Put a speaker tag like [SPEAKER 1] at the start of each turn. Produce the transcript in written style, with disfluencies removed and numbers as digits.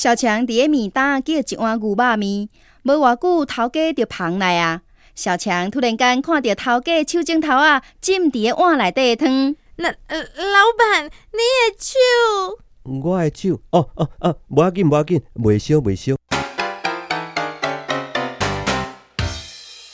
[SPEAKER 1] 小强伫个面档叫一碗牛肉面，无偌久头家就捧来啊。小强突然间看到头家手指头啊浸伫个碗内底的汤。
[SPEAKER 2] 老板，你的手？
[SPEAKER 3] 我的手，无要紧，袂烧。